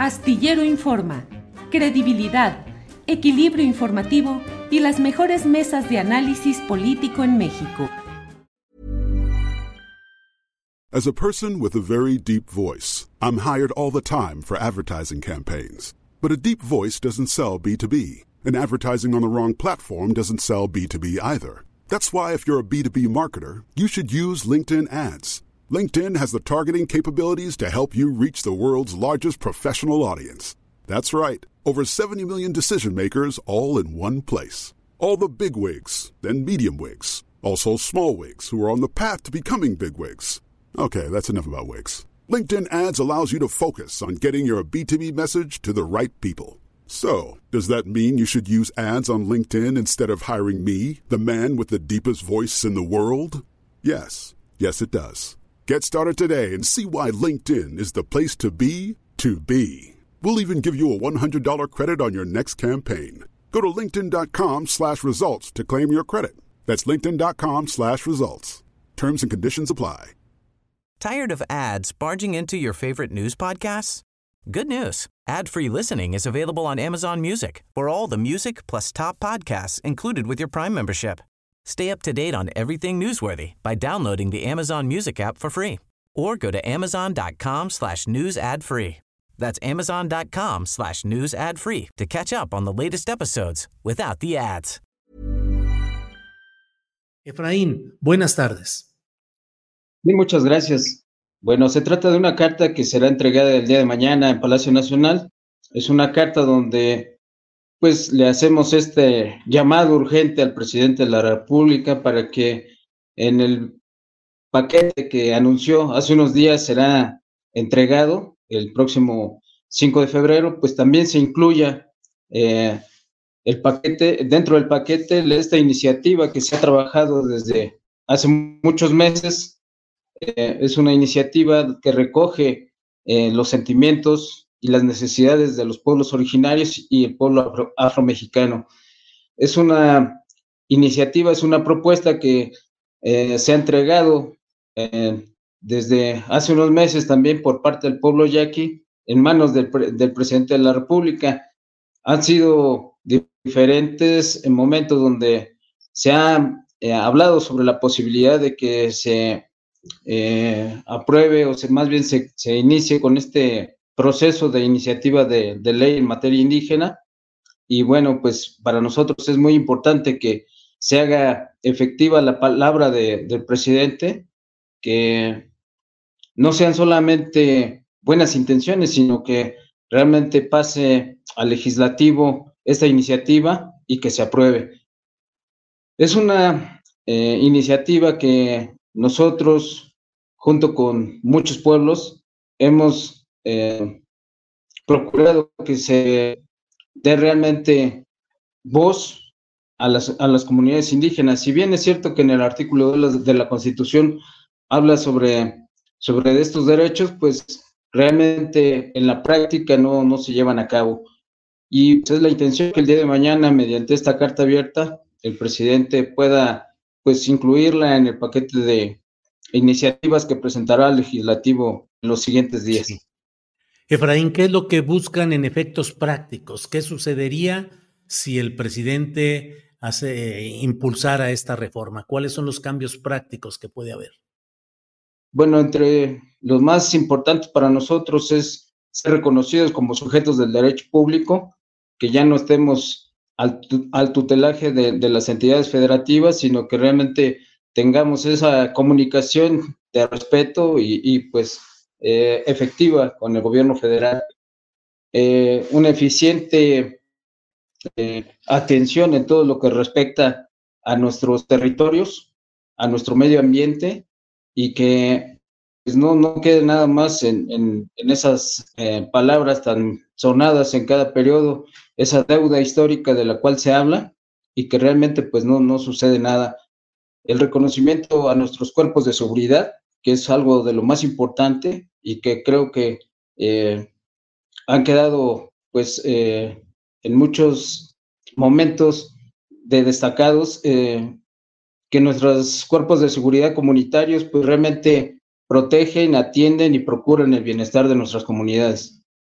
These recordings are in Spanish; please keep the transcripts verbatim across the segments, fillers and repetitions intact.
Astillero Informa, credibilidad, equilibrio informativo y las mejores mesas de análisis político en México. As a person with a very deep voice, I'm hired all the time for advertising campaigns. But a deep voice doesn't sell B two B, and advertising on the wrong platform doesn't sell B two B either. That's why if you're a B two B marketer, you should use LinkedIn ads. LinkedIn has the targeting capabilities to help you reach the world's largest professional audience. That's right, over seventy million decision makers all in one place. All the big wigs, then medium wigs, also small wigs who are on the path to becoming big wigs. Okay, that's enough about wigs. LinkedIn ads allows you to focus on getting your B two B message to the right people. So, does that mean you should use ads on LinkedIn instead of hiring me, the man with the deepest voice in the world? Yes. Yes, it does. Get started today and see why LinkedIn is the place to be to be. We'll even give you a one hundred dollars credit on your next campaign. Go to linkedin.com slash results to claim your credit. That's linkedin.com slash results. Terms and conditions apply. Tired of ads barging into your favorite news podcasts? Good news. Ad-free listening is available on Amazon Music for all the music plus top podcasts included with your Prime membership. Stay up to date on everything newsworthy by downloading the Amazon Music app for free or go to amazon.com slash news ad free. That's amazon.com slash news ad free to catch up on the latest episodes without the ads. Efraín, buenas tardes. Bien, muchas gracias. Bueno, se trata de una carta que será entregada el día de mañana en Palacio Nacional. Es una carta donde pues le hacemos este llamado urgente al presidente de la República para que en el paquete que anunció hace unos días será entregado el próximo cinco de febrero, pues también se incluya eh, el paquete, dentro del paquete, esta iniciativa que se ha trabajado desde hace muchos meses. Eh, es una iniciativa que recoge eh, los sentimientos y las necesidades de los pueblos originarios y el pueblo afro, afromexicano. Es una iniciativa, es una propuesta que eh, se ha entregado eh, desde hace unos meses también por parte del pueblo yaqui en manos del, del presidente de la República. Han sido diferentes momentos donde se ha eh, hablado sobre la posibilidad de que se eh, apruebe o se, más bien se, se inicie con este proceso de iniciativa de, de ley en materia indígena. Y bueno, pues para nosotros es muy importante que se haga efectiva la palabra de, del presidente, que no sean solamente buenas intenciones, sino que realmente pase al legislativo esta iniciativa y que se apruebe. Es una eh, iniciativa que nosotros, junto con muchos pueblos, hemos Eh, procurado que se dé realmente voz a las, a las comunidades indígenas. Si bien es cierto que en el artículo de la, de la Constitución habla sobre, sobre estos derechos, pues realmente en la práctica no, no se llevan a cabo. Y pues, es la intención que el día de mañana, mediante esta carta abierta, el presidente pueda pues incluirla en el paquete de iniciativas que presentará el legislativo en los siguientes días. Sí. Efraín, ¿qué es lo que buscan en efectos prácticos? ¿Qué sucedería si el presidente hace, impulsara esta reforma? ¿Cuáles son los cambios prácticos que puede haber? Bueno, entre los más importantes para nosotros es ser reconocidos como sujetos del derecho público, que ya no estemos al, al tutelaje de, de las entidades federativas, sino que realmente tengamos esa comunicación de respeto y, y pues Eh, efectiva con el gobierno federal, eh, una eficiente eh, atención en todo lo que respecta a nuestros territorios, a nuestro medio ambiente, y que pues, no, no quede nada más en, en, en esas eh, palabras tan sonadas en cada periodo, esa deuda histórica de la cual se habla y que realmente pues no, no sucede nada. El reconocimiento a nuestros cuerpos de seguridad, que es algo de lo más importante y que creo que eh, han quedado pues eh, en muchos momentos de destacados, eh, que nuestros cuerpos de seguridad comunitarios pues realmente protegen, atienden y procuran el bienestar de nuestras comunidades.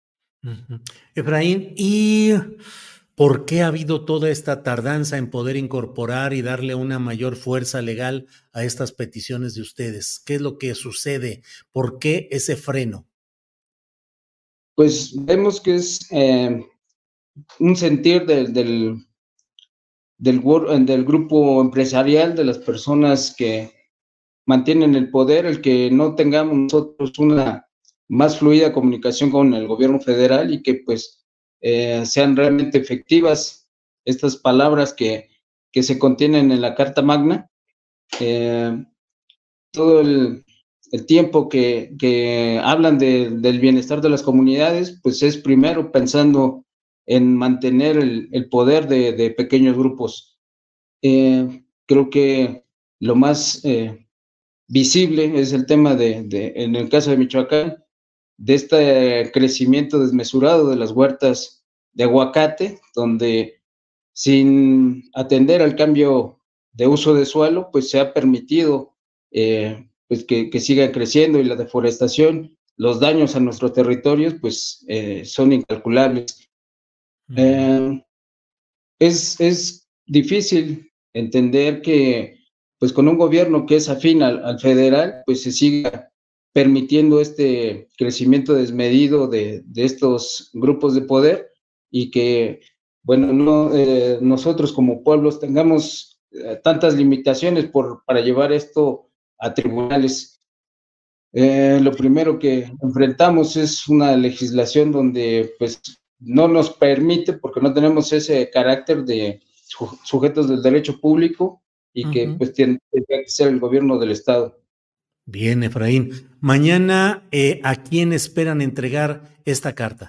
Uh-huh. Efraín, ¿y por qué ha habido toda esta tardanza en poder incorporar y darle una mayor fuerza legal a estas peticiones de ustedes? ¿Qué es lo que sucede? ¿Por qué ese freno? Pues vemos que es eh, un sentir del, del, del, del grupo empresarial, de las personas que mantienen el poder, el que no tengamos nosotros una más fluida comunicación con el gobierno federal y que pues eh, sean realmente efectivas estas palabras que, que se contienen en la Carta Magna. Eh, todo el, el tiempo que, que hablan de, del bienestar de las comunidades, pues es primero pensando en mantener el, el poder de, de pequeños grupos. Eh, creo que lo más eh, visible es el tema de, de, en el caso de Michoacán, de este crecimiento desmesurado de las huertas de aguacate, donde sin atender al cambio de uso de suelo, pues se ha permitido eh, pues que, que siga creciendo, y la deforestación, los daños a nuestros territorios, pues eh, son incalculables. Mm. Eh, es, es difícil entender que pues con un gobierno que es afín al, al federal, pues se siga permitiendo este crecimiento desmedido de, de estos grupos de poder, y que, bueno, no, eh, nosotros como pueblos tengamos eh, tantas limitaciones por, para llevar esto a tribunales. Eh, lo primero que enfrentamos es una legislación donde pues no nos permite, porque no tenemos ese carácter de sujetos del derecho público, y que uh-huh. pues tiene, tiene que ser el gobierno del estado. Bien, Efraín. Mañana, eh, ¿a quién esperan entregar esta carta?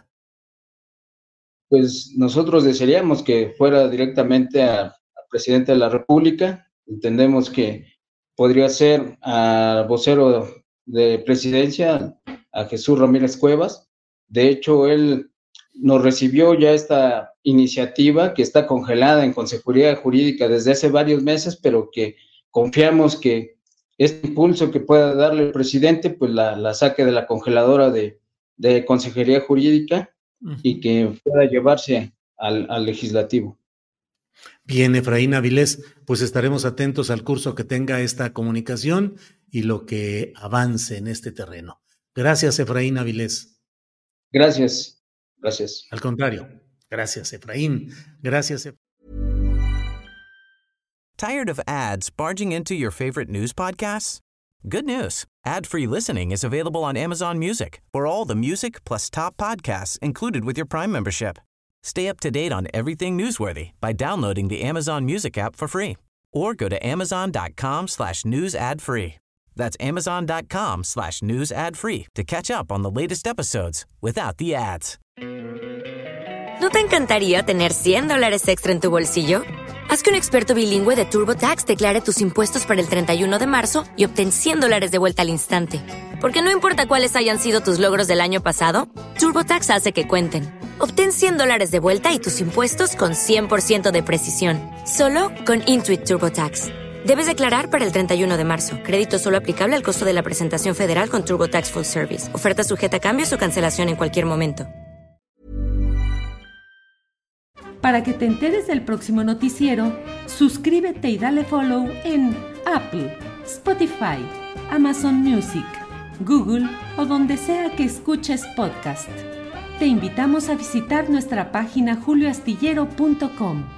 Pues nosotros desearíamos que fuera directamente al presidente de la República. Entendemos que podría ser al vocero de presidencia, a Jesús Ramírez Cuevas. De hecho, él nos recibió ya esta iniciativa que está congelada en Consejería Jurídica desde hace varios meses, pero que confiamos que este impulso que pueda darle el presidente, pues la, la saque de la congeladora de, de Consejería Jurídica uh-huh. y que pueda llevarse al, al legislativo. Bien, Efraín Avilés, pues estaremos atentos al curso que tenga esta comunicación y lo que avance en este terreno. Gracias, Efraín Avilés. Gracias, gracias. Al contrario, gracias, Efraín. Gracias, Efraín. Tired of ads barging into your favorite news podcasts? Good news. Ad-free listening is available on Amazon Music for all the music plus top podcasts included with your Prime membership. Stay up to date on everything newsworthy by downloading the Amazon Music app for free or go to amazon.com slash news ad free. That's amazon.com slash news ad free to catch up on the latest episodes without the ads. ¿No te encantaría tener cien dólares extra en tu bolsillo? Haz que un experto bilingüe de TurboTax declare tus impuestos para el treinta y uno de marzo y obtén cien dólares de vuelta al instante. Porque no importa cuáles hayan sido tus logros del año pasado, TurboTax hace que cuenten. Obtén cien dólares de vuelta y tus impuestos con cien por ciento de precisión. Solo con Intuit TurboTax. Debes declarar para el treinta y uno de marzo. Crédito solo aplicable al costo de la presentación federal con TurboTax Full Service. Oferta sujeta a cambios o cancelación en cualquier momento. Para que te enteres del próximo noticiero, suscríbete y dale follow en Apple, Spotify, Amazon Music, Google o donde sea que escuches podcast. Te invitamos a visitar nuestra página julio astillero punto com.